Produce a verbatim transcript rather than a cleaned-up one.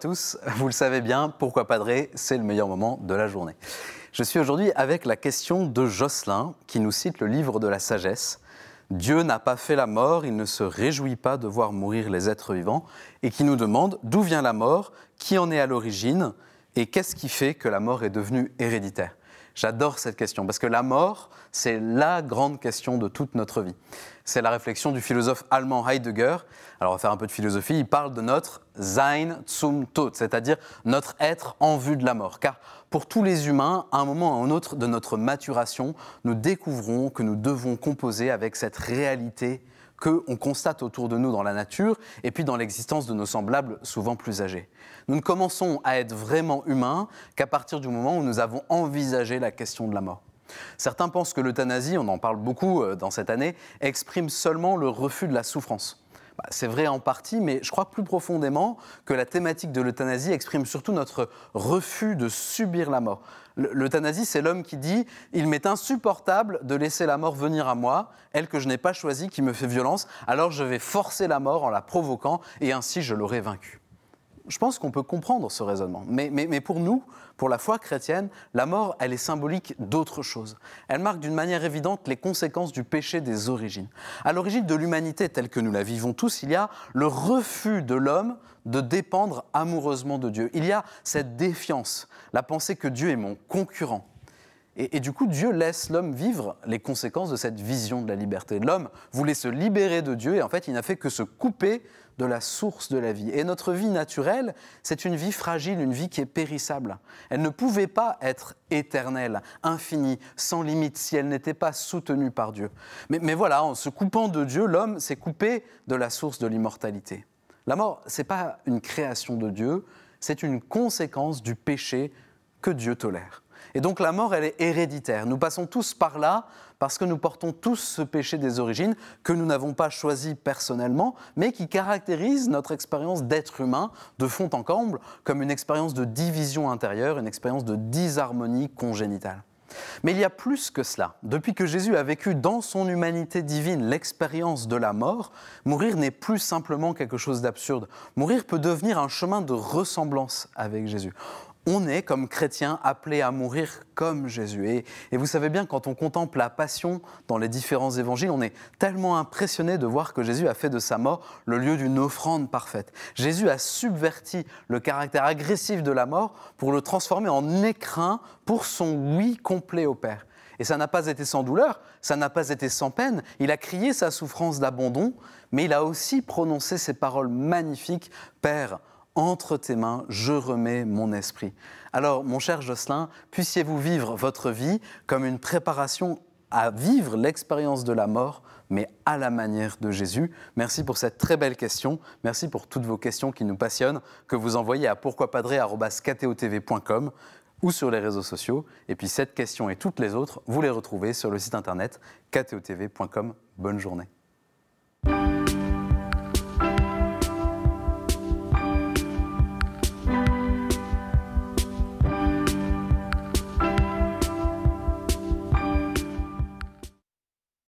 tous, vous le savez bien, Pourquoi Padré, c'est le meilleur moment de la journée. Je suis aujourd'hui avec la question de Jocelyn qui nous cite le livre de la sagesse. Dieu n'a pas fait la mort, il ne se réjouit pas de voir mourir les êtres vivants et qui nous demande d'où vient la mort, qui en est à l'origine et qu'est-ce qui fait que la mort est devenue héréditaire. J'adore cette question parce que la mort, c'est la grande question de toute notre vie. C'est la réflexion du philosophe allemand Heidegger. Alors on va faire un peu de philosophie, il parle de notre Sein zum Tod, c'est-à-dire notre être en vue de la mort. Car pour tous les humains, à un moment ou à un autre de notre maturation, nous découvrons que nous devons composer avec cette réalité qu'on constate autour de nous dans la nature et puis dans l'existence de nos semblables souvent plus âgés. Nous ne commençons à être vraiment humains qu'à partir du moment où nous avons envisagé la question de la mort. Certains pensent que l'euthanasie, on en parle beaucoup dans cette année, exprime seulement le refus de la souffrance. Bah, c'est vrai en partie, mais je crois plus profondément que la thématique de l'euthanasie exprime surtout notre refus de subir la mort. L'euthanasie, c'est l'homme qui dit « Il m'est insupportable de laisser la mort venir à moi, elle que je n'ai pas choisie, qui me fait violence, alors je vais forcer la mort en la provoquant et ainsi je l'aurai vaincue. » Je pense qu'on peut comprendre ce raisonnement, mais, mais, mais pour nous, pour la foi chrétienne, la mort, elle est symbolique d'autre chose. Elle marque d'une manière évidente les conséquences du péché des origines. À l'origine de l'humanité telle que nous la vivons tous, il y a le refus de l'homme de dépendre amoureusement de Dieu. Il y a cette défiance, la pensée que Dieu est mon concurrent. Et, et du coup, Dieu laisse l'homme vivre les conséquences de cette vision de la liberté. L'homme voulait se libérer de Dieu et en fait, il n'a fait que se couper de la source de la vie. Et notre vie naturelle, c'est une vie fragile, une vie qui est périssable. Elle ne pouvait pas être éternelle, infinie, sans limite, si elle n'était pas soutenue par Dieu. Mais, mais voilà, en se coupant de Dieu, l'homme s'est coupé de la source de l'immortalité. La mort, ce n'est pas une création de Dieu, c'est une conséquence du péché que Dieu tolère. Et donc la mort, elle est héréditaire. Nous passons tous par là parce que nous portons tous ce péché des origines que nous n'avons pas choisi personnellement, mais qui caractérise notre expérience d'être humain de fond en comble comme une expérience de division intérieure, une expérience de disharmonie congénitale. Mais il y a plus que cela. Depuis que Jésus a vécu dans son humanité divine l'expérience de la mort, mourir n'est plus simplement quelque chose d'absurde. Mourir peut devenir un chemin de ressemblance avec Jésus. On est, comme chrétiens, appelés à mourir comme Jésus. Et, et vous savez bien, quand on contemple la passion dans les différents évangiles, on est tellement impressionné de voir que Jésus a fait de sa mort le lieu d'une offrande parfaite. Jésus a subverti le caractère agressif de la mort pour le transformer en écrin pour son oui complet au Père. Et ça n'a pas été sans douleur, ça n'a pas été sans peine. Il a crié sa souffrance d'abandon, mais il a aussi prononcé ces paroles magnifiques « Père, entre tes mains, je remets mon esprit. » Alors, mon cher Jocelyn, puissiez-vous vivre votre vie comme une préparation à vivre l'expérience de la mort, mais à la manière de Jésus. Merci pour cette très belle question. Merci pour toutes vos questions qui nous passionnent, que vous envoyez à pourquoipadré arobase k t o t v point com ou sur les réseaux sociaux. Et puis cette question et toutes les autres, vous les retrouvez sur le site internet k t o t v point com. Bonne journée.